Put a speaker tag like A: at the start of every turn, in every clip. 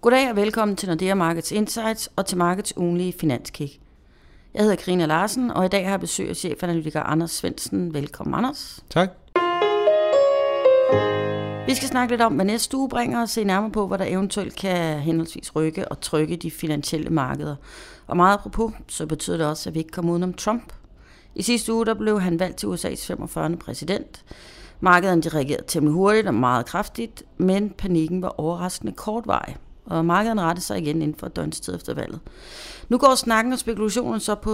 A: Goddag og velkommen til Nordea Markets Insights og til Markets ugenlige finanskick. Jeg hedder Karina Larsen, og i dag har jeg besøg af chefanalytiker Anders Svendsen. Velkommen, Anders.
B: Tak.
A: Vi skal snakke lidt om, hvad næste uge bringer, og se nærmere på, hvad der eventuelt kan henholdsvis rykke og trykke de finansielle markeder. Og meget apropos, så betyder det også, at vi ikke kommer udenom Trump. I sidste uge der blev han valgt til USA's 45. præsident. Markederne reagerede temmelig hurtigt og meget kraftigt, men panikken var overraskende kortvarig. Og markederne rettede sig igen inden for et døgns tid efter valget. Nu går snakken og spekulationen så på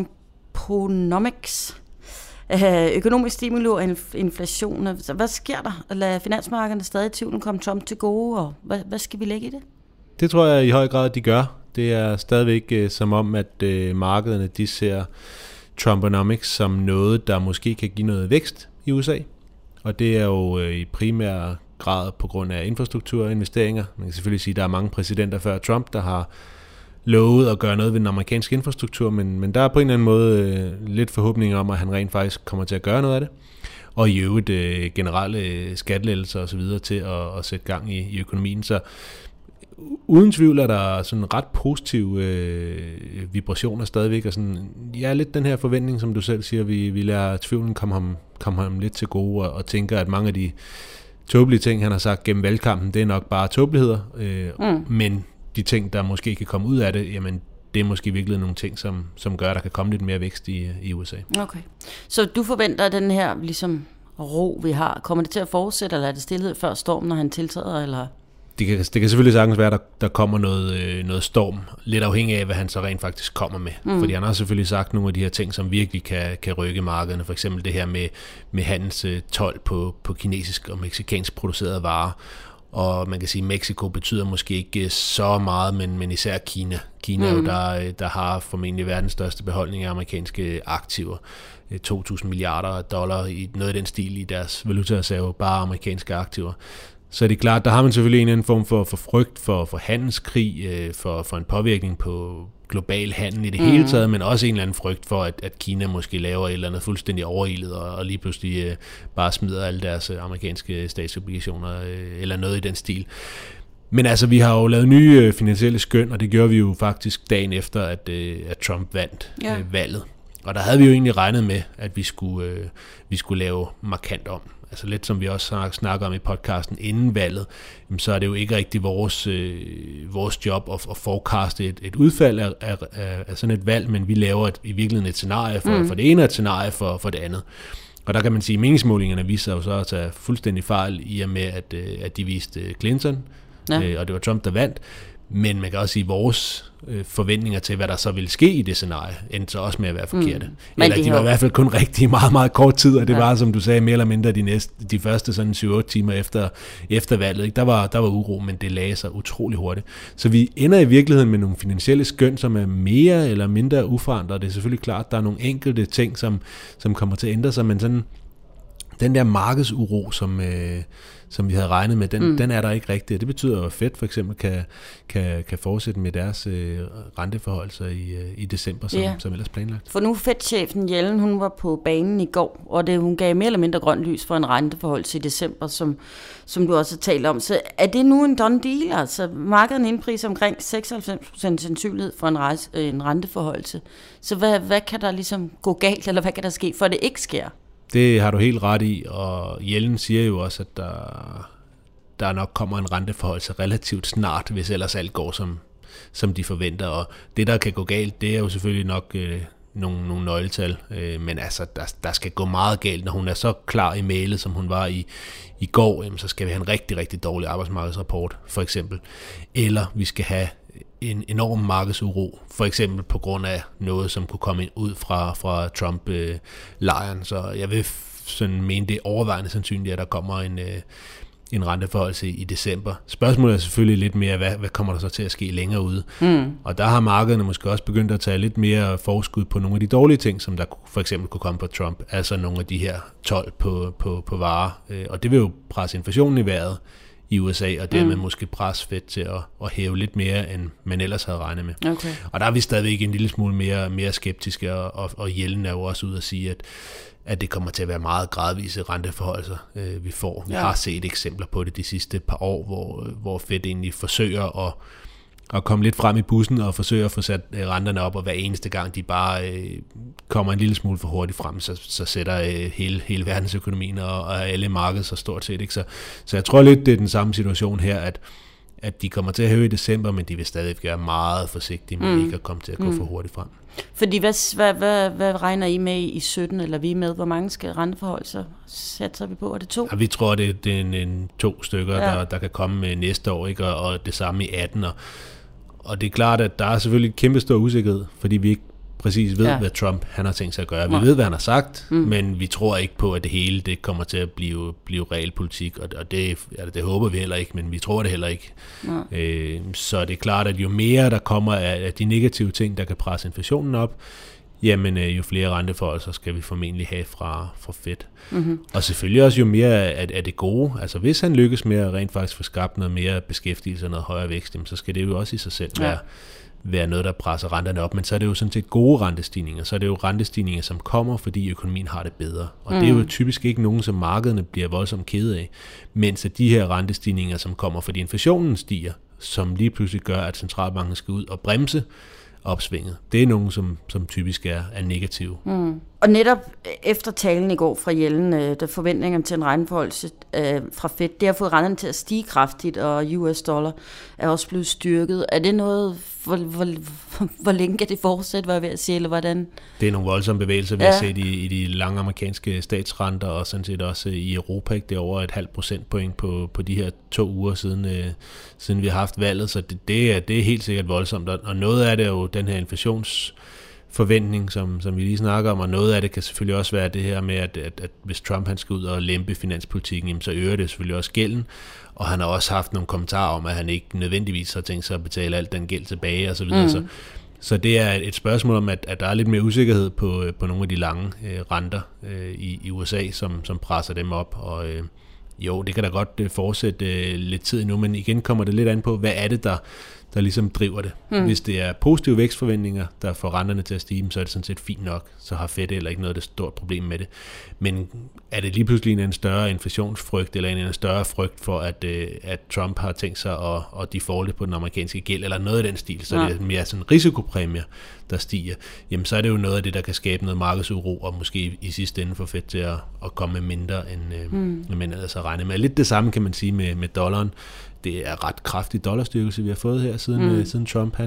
A: Trumponomics. Økonomisk stimuli og inflation. Hvad sker der? Lader finansmarkederne stadig tvivlen komme Trump til gode, og hvad skal vi lægge i det?
B: Det tror jeg i høj grad, de gør. Det er stadigvæk som om, at markederne de ser Trumponomics som noget, der måske kan give noget vækst i USA. Og det er jo i primær grad på grund af infrastruktur og investeringer. Man kan selvfølgelig sige, at der er mange præsidenter før Trump, der har lovet at gøre noget ved den amerikanske infrastruktur, men der er på en eller anden måde lidt forhåbning om, at han rent faktisk kommer til at gøre noget af det. Og i øvrigt generelle skattelettelser og så videre til at sætte gang i økonomien. Så uden tvivl er der sådan ret positive vibrationer stadigvæk, og sådan, ja, lidt den her forventning, som du selv siger, vi lader tvivlen komme ham lidt til gode, og tænker, at mange af de tåbelige ting, han har sagt gennem valgkampen, det er nok bare tåbeligheder, men de ting, der måske kan komme ud af det, jamen det er måske virkelig nogle ting, som gør, at der kan komme lidt mere vækst i USA. Okay.
A: Så du forventer, at den her ligesom ro, vi har, kommer det til at fortsætte, eller er det stillhed før stormen, når han tiltræder, eller?
B: Det kan selvfølgelig sagtens være, at der kommer noget storm, lidt afhængig af, hvad han så rent faktisk kommer med. Fordi han har selvfølgelig sagt nogle af de her ting, som virkelig kan rykke markederne. For eksempel det her med handels told på kinesisk og mexicansk producerede varer. Og man kan sige, at Mexico betyder måske ikke så meget, men især Kina. Kina er jo der har formentlig verdens største beholdning af amerikanske aktiver. 2.000 milliarder dollar i noget af den stil i deres valutareserve, bare amerikanske aktiver. Så er det klart, der har man selvfølgelig en eller anden form for frygt for handelskrig, for en påvirkning på global handel i det hele taget, men også en eller anden frygt for, at Kina måske laver et eller andet fuldstændig overilet, og lige pludselig bare smider alle deres amerikanske statsobligationer, eller noget i den stil. Men altså, vi har jo lavet nye finansielle skøn, og det gjorde vi jo faktisk dagen efter, at Trump vandt valget. Og der havde vi jo egentlig regnet med, at vi skulle lave markant om. Altså lidt som vi også snakker om i podcasten inden valget, så er det jo ikke rigtig vores job at forecaste et udfald af sådan et valg, men vi laver i virkeligheden et scenarie for det ene og et scenarie for det andet. Og der kan man sige, at meningsmålingerne viser jo så at tage fuldstændig fejl i og med, at de viste Clinton, og det var Trump, der vandt. Men man kan også sige, at vores forventninger til, hvad der så ville ske i det scenarie, endte så også med at være forkerte. Eller de var i hvert fald kun rigtig meget, meget kort tid, og det var, som du sagde, mere eller mindre de første sådan 7-8 timer efter valget. Ikke? Der var uro, men det lagde sig utrolig hurtigt. Så vi ender i virkeligheden med nogle finansielle skøn, som er mere eller mindre uforandret. Det er selvfølgelig klart, at der er nogle enkelte ting, som kommer til at ændre sig, men sådan den der markedsuro, som vi havde regnet med, den er der ikke rigtig. Det betyder jo, at Fed for eksempel kan fortsætte med deres renteforholdelser i december, som ellers planlagt.
A: For nu Fed-chefen Yellen, hun var på banen i går, og hun gav mere eller mindre grønt lys for en renteforholdelse i december, som du også har talt om. Så er det nu en done deal? Altså markedet indpriser omkring 96% sandsynlighed for en renteforholdelse. Så hvad kan der ligesom gå galt, eller hvad kan der ske, for det ikke sker?
B: Det har du helt ret i, og Yellen siger jo også, at der nok kommer en renteforholdelse relativt snart, hvis ellers alt går, som de forventer. Og det, der kan gå galt, det er jo selvfølgelig nok nogle nøgletal, men altså, der skal gå meget galt, når hun er så klar i mailet, som hun var i går, så skal vi have en rigtig, rigtig dårlig arbejdsmarkedsrapport, for eksempel. Eller vi skal have en enorm markedsuro, for eksempel på grund af noget, som kunne komme ud fra Trump-lejren. Så jeg vil sådan mene, det er overvejende sandsynligt, at der kommer en renteforholdelse i december. Spørgsmålet er selvfølgelig lidt mere, hvad kommer der så til at ske længere ude? Og der har markederne måske også begyndt at tage lidt mere forskud på nogle af de dårlige ting, som der for eksempel kunne komme på Trump. Altså nogle af de her told på varer. Og det vil jo presse inflationen i vejret i USA, og dermed måske presse Fed til at hæve lidt mere, end man ellers havde regnet med.
A: Okay.
B: Og der er vi stadigvæk en lille smule mere skeptiske, og Yellen er jo også ude at sige, at det kommer til at være meget gradvise renteforholdelser, vi får. Vi har set eksempler på det de sidste par år, hvor Fed egentlig forsøger at komme lidt frem i bussen og forsøger at få sat renterne op, og hver eneste gang de bare kommer en lille smule for hurtigt frem, så sætter hele verdensøkonomien og alle markeder så stort set. Ikke? Så jeg tror lidt, det er den samme situation her, at de kommer til at hæve i december, men de vil stadig være meget forsigtige med ikke at komme til at gå for hurtigt frem.
A: Fordi hvad regner I med i 17, eller vi med? Hvor mange skal renteforholdelser satser vi på? Er det 2?
B: Ja, vi tror, det er en 2 stykker, der kan komme næste år, ikke? Og det samme i 18. Og det er klart, at der er selvfølgelig et kæmpe stor usikkerhed, fordi vi ikke præcis ved, hvad Trump han har tænkt sig at gøre. Vi ved, hvad han har sagt, men vi tror ikke på, at det hele det kommer til at blive reel politik, og det håber vi heller ikke, men vi tror det heller ikke. Så det er klart, at jo mere der kommer af de negative ting, der kan presse inflationen op, jamen jo flere renteforholdelser skal vi formentlig have fra Fed. Og selvfølgelig også jo mere af det gode. Altså hvis han lykkes med at rent faktisk få skabt noget mere beskæftigelse og noget højere vækst, så skal det jo også i sig selv være noget, der presser renterne op. Men så er det jo sådan set gode rentestigninger. Så er det jo rentestigninger, som kommer, fordi økonomien har det bedre. Og det er jo typisk ikke nogen, som markederne bliver voldsomt kede af. Mens at de her rentestigninger, som kommer, fordi inflationen stiger, som lige pludselig gør, at centralbanken skal ud og bremse opsvinget. Det er nogen, som typisk er negative.
A: Og netop efter talen i går fra Yellen, der forventningerne til en renteforholdelse fra Fed, det har fået renterne til at stige kraftigt, og US dollar er også blevet styrket. Er det noget, hvor længe kan det fortsætte, var jeg ved at sige, eller hvordan? Det
B: er nogle voldsomme bevægelser, vi har set i de lange amerikanske statsrenter, og sådan set også i Europa. Ikke? Det er over 0,5 procentpoint på de her 2 uger siden vi har haft valget, så det er helt sikkert voldsomt. Og noget af det er jo den her inflationsforventning, som vi lige snakker om, og noget af det kan selvfølgelig også være det her med, at hvis Trump han skal ud og lempe finanspolitikken, jamen, så øger det selvfølgelig også gælden, og han har også haft nogle kommentarer om, at han ikke nødvendigvis har tænkt sig at betale alt den gæld tilbage og så videre. Så det er et spørgsmål om, at der er lidt mere usikkerhed på nogle af de lange renter i USA, som presser dem op, og jo, det kan da godt fortsætte lidt tid nu, men igen kommer det lidt an på, hvad er det, der ligesom driver det. Hvis det er positive vækstforventninger, der får renterne til at stige, så er det sådan set fint nok. Så har Fed heller ikke noget af det stort problem med det. Men er det lige pludselig en større inflationsfrygt, eller en større frygt for, at Trump har tænkt sig at defalte på den amerikanske gæld, eller noget af den stil, så det er mere sådan risikopræmier, der stiger, jamen så er det jo noget af det, der kan skabe noget markedsuro, og måske i sidste ende få Fed til at komme med mindre, end man ellers har regnet med. Lidt det samme kan man sige med dollaren. Det er ret kraftig dollarstyrkelse, vi har fået her, siden Trump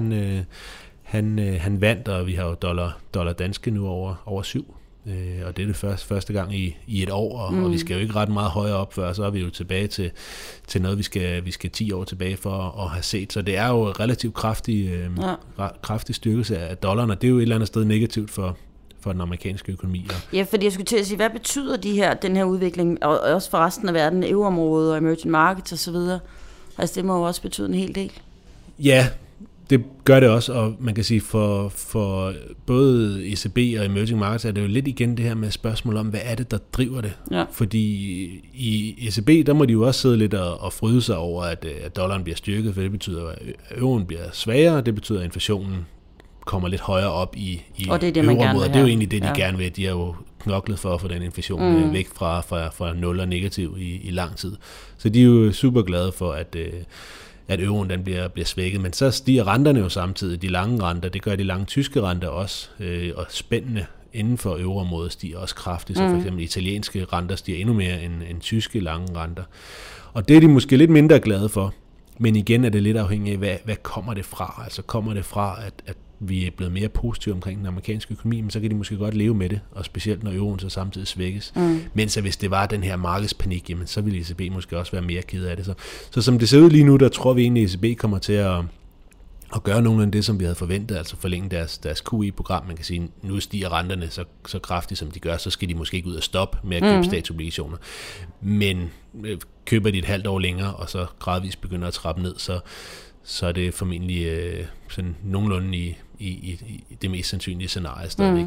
B: han vandt, og vi har jo dollar danske nu over 7. Og det er det første gang i et år, og vi skal jo ikke ret meget højere op før, så er vi jo tilbage til noget, vi skal 10 år tilbage for at have set. Så det er jo relativt kraftig styrkelse af dollaren, og det er jo et eller andet sted negativt for den amerikanske økonomi.
A: Ja, fordi jeg skulle til at sige, hvad betyder den her udvikling, og også for resten af verden, euroområdet og emerging markets osv.? Altså det må jo også betyde en hel del.
B: Ja, det gør det også, og man kan sige, for både ECB og emerging markets er det jo lidt igen det her med spørgsmål om, hvad er det, der driver det? Ja. Fordi i ECB, der må de jo også sidde lidt og fryde sig over, at dollaren bliver styrket, for det betyder, at euroen bliver svagere, og det betyder, at inflationen kommer lidt højere op i euroområdet. Det er jo egentlig det, de gerne vil. De har jo knoklet for at få den inflation væk fra 0 og negativ i lang tid. Så de er jo super glade for, at euroen den bliver svækket, men så stiger renterne jo samtidig, de lange renter, det gør de lange tyske renter også, og spændende inden for euroområdet stiger også kraftigt, så for eksempel italienske renter stiger endnu mere end tyske lange renter. Og det er de måske lidt mindre glade for, men igen er det lidt afhængigt af, hvad kommer det fra? Altså kommer det fra, at vi er blevet mere positive omkring den amerikanske økonomi, men så kan de måske godt leve med det, og specielt når euroen så samtidig svækkes. Mens hvis det var den her markedspanik, jamen, så ville ECB måske også være mere ked af det. Så som det ser ud lige nu, der tror vi egentlig, at ECB kommer til at gøre nogenlunde det, som vi havde forventet, altså forlænge deres QE-program. Man kan sige, nu stiger renterne så kraftigt, som de gør, så skal de måske ikke ud og stoppe med at købe statsobligationer. Men køber de et halvt år længere, og så gradvist begynder at trappe ned, så er det formentlig sådan nogenlunde i det mest sandsynlige scenarie stadigvæk.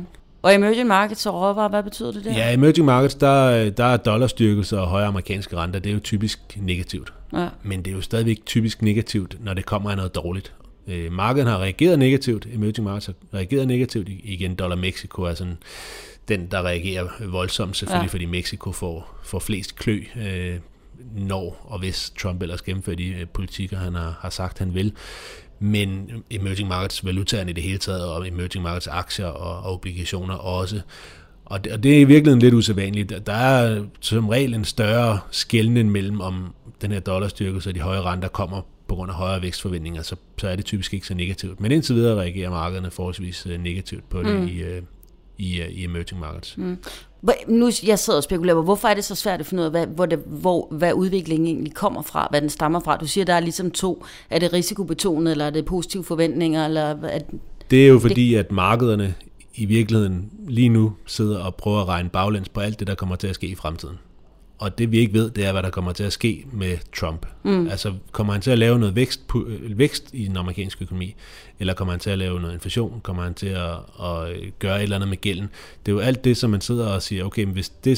A: Og emerging markets og råvarer, hvad betyder det der?
B: Ja, emerging markets, der er dollarstyrkelse og højere amerikanske renter, det er jo typisk negativt. Ja. Men det er jo stadigvæk typisk negativt, når det kommer af noget dårligt. Markedet har reageret negativt, emerging markets har reageret negativt. Igen, dollar Mexico er sådan den, der reagerer voldsomt, selvfølgelig, fordi Mexico får flest klø, når og hvis Trump ellers gennemfører de politikker, han har sagt, han vil. Men emerging markets valutaerne i det hele taget, og emerging markets aktier og obligationer også. Og det er i virkeligheden lidt usædvanligt. Der er som regel en større skelnen mellem, om den her dollarstyrkelse og de høje renter kommer på grund af højere vækstforventninger, så er det typisk ikke så negativt. Men indtil videre reagerer markederne forholdsvis negativt på det i emerging markets.
A: Nu jeg sidder og spekulerer på, hvorfor er det så svært at finde ud af, hvad udviklingen egentlig kommer fra, hvad den stammer fra? Du siger, der er ligesom to. Er det risikobetonet, eller er det positive forventninger? Eller
B: det er jo fordi, at markederne i virkeligheden lige nu sidder og prøver at regne baglæns på alt det, der kommer til at ske i fremtiden. Og det vi ikke ved, det er, hvad der kommer til at ske med Trump. Altså, kommer han til at lave noget vækst i den amerikanske økonomi? Eller kommer han til at lave noget inflation? Kommer han til at gøre et eller andet med gælden? Det er jo alt det, som man sidder og siger, okay, men hvis det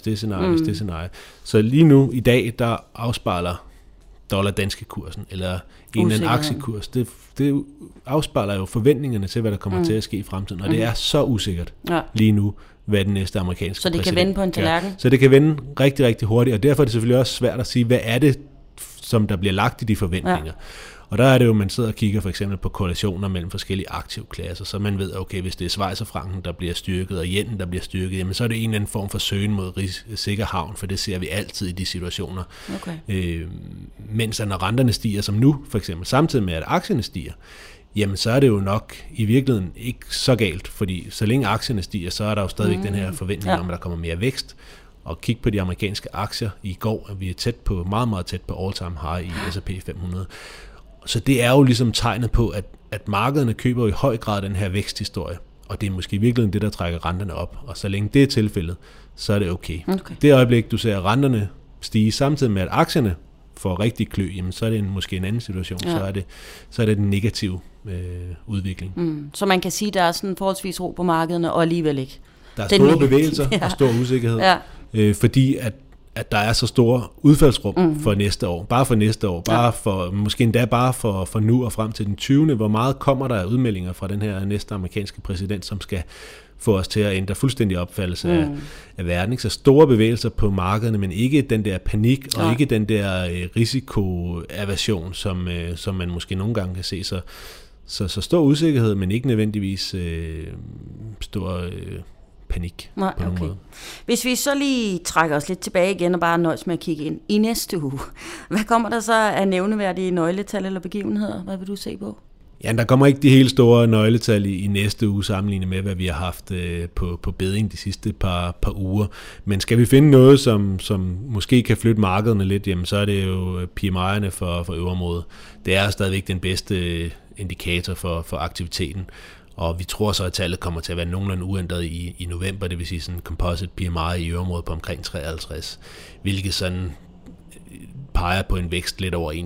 B: scenarie. Så lige nu, i dag, der afspejler dollar-danske kursen, eller en eller anden aktiekurs. Det afspejler jo forventningerne til, hvad der kommer til at ske i fremtiden. Og det er så usikkert lige nu, hvad den næste amerikanske præsident.
A: Så det kan vende på en tallerken?
B: Så det kan vende rigtig, rigtig hurtigt, og derfor er det selvfølgelig også svært at sige, hvad er det, som der bliver lagt i de forventninger. Ja. Og der er det jo, man sidder og kigger for eksempel på korrelationer mellem forskellige aktivklasser, så man ved, okay, hvis det er schweizerfranken, der bliver styrket, og yenen, der bliver styrket, jamen så er det en eller anden form for søgen mod sikker havn, for det ser vi altid i de situationer. Okay. Mens når renterne stiger, som nu for eksempel, samtidig med at aktierne stiger, jamen så er det jo nok i virkeligheden ikke så galt, fordi så længe aktierne stiger, så er der jo stadigvæk den her forventning om, at der kommer mere vækst. Og kig på de amerikanske aktier i går, at vi er meget, meget tæt på all-time high i S&P 500. Så det er jo ligesom tegnet på, at markederne køber i høj grad den her væksthistorie, og det er måske i virkeligheden det, der trækker renterne op. Og så længe det er tilfældet, så er det okay. Det øjeblik, du ser renterne stige samtidig med, at aktierne får rigtig klø, jamen så er det måske en anden situation. Ja. Så er det den negative udvikling.
A: Så man kan sige, at der er sådan forholdsvis ro på markederne, og alligevel ikke.
B: Der er store bevægelser og stor usikkerhed, fordi at der er så store udfaldsrum for næste år. Bare for næste år. Måske endda bare for nu og frem til den 20. Hvor meget kommer der af udmeldinger fra den her næste amerikanske præsident, som skal få os til at ændre fuldstændig opfattelse af verden. Ikke? Så store bevægelser på markederne, men ikke den der panik, og ikke den der risikoaversion, som man måske nogle gange kan se. Så stor usikkerhed, men ikke nødvendigvis stor panik på nogen måde.
A: Hvis vi så lige trækker os lidt tilbage igen og bare nøjes med at kigge ind i næste uge, hvad kommer der så af nævneværdige nøgletal eller begivenheder? Hvad vil du se på?
B: Ja, der kommer ikke de helt store nøgletal i næste uge sammenlignet med, hvad vi har haft på beding de sidste par uger. Men skal vi finde noget, som måske kan flytte markederne lidt, jamen, så er det jo PMI'erne for øvreområdet. Det er stadigvæk den bedste indikator for aktiviteten. Og vi tror så, at tallet kommer til at være nogenlunde uændret i november, det vil sige sådan en composite PMI i øvreområdet på omkring 53, hvilket sådan peger på en vækst lidt over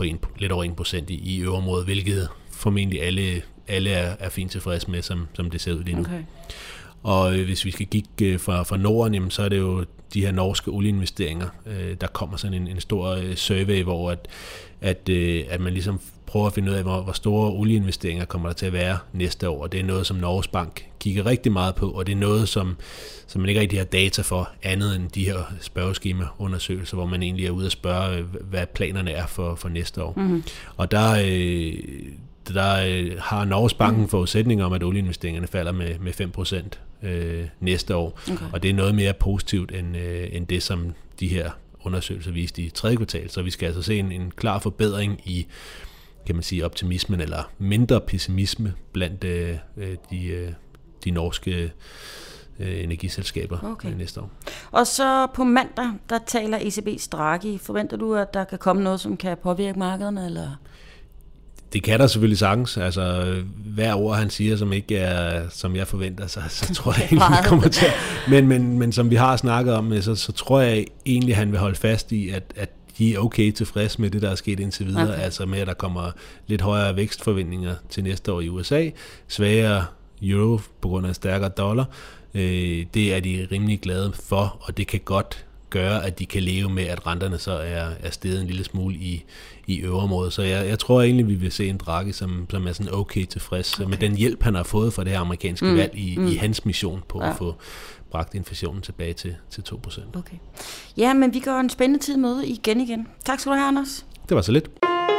B: 1% i øvreområdet, hvilket formentlig alle er fint tilfreds med, som det ser ud lige nu. Okay. Og hvis vi skal kigge fra Norden, jamen, så er det jo de her norske olieinvesteringer. Der kommer sådan en stor survey, hvor at man ligesom prøver at finde ud af, hvor store olieinvesteringer kommer der til at være næste år. Og det er noget, som Norges Bank kigger rigtig meget på, og det er noget, som man ikke rigtig har data for, andet end de her spørgeskemaundersøgelser, hvor man egentlig er ude at spørge, hvad planerne er for næste år. Mm-hmm. Og der har Norges Banken forudsætninger om, at olieinvesteringerne falder med 5% næste år. Okay. Og det er noget mere positivt end det, som de her undersøgelser viste i 3. kvartal. Så vi skal altså se en klar forbedring i, kan man sige, optimismen eller mindre pessimisme blandt de norske energiselskaber næste år.
A: Og så på mandag, der taler ECB's Draghi. Forventer du, at der kan komme noget, som kan påvirke markederne, eller?
B: Det kan der selvfølgelig sagtens. Altså, hver ord, han siger, som ikke er, som jeg forventer, så tror jeg egentlig, det kommer til. Men som vi har snakket om, så tror jeg egentlig, han vil holde fast i, at de er okay tilfreds med det, der er sket indtil videre. Okay. Altså med, at der kommer lidt højere vækstforventninger til næste år i USA, svagere euro på grund af stærkere dollar. Det er de rimelig glade for, og det kan godt gøre, at de kan leve med, at renterne så er steget en lille smule i øvreområdet. Så jeg tror egentlig, vi vil se en Draghi, som er sådan okay tilfreds med den hjælp, han har fået fra det her amerikanske valg i hans mission på at få bragt inflationen tilbage til 2%.
A: Okay. Ja, men vi går en spændende tid møde igen. Tak skal du have, Anders.
B: Det var så lidt.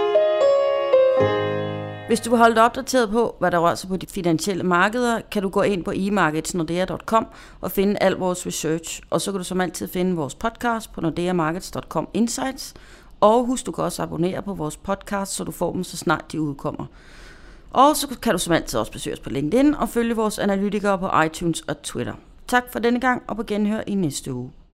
A: Hvis du vil holde dig opdateret på, hvad der rører sig på de finansielle markeder, kan du gå ind på emarketsnordea.com og finde al vores research. Og så kan du som altid finde vores podcast på nordeamarkets.com Insights. Og husk, du kan også abonnere på vores podcast, så du får dem så snart de udkommer. Og så kan du som altid også besøge os på LinkedIn og følge vores analytikere på iTunes og Twitter. Tak for denne gang, og på genhør i næste uge.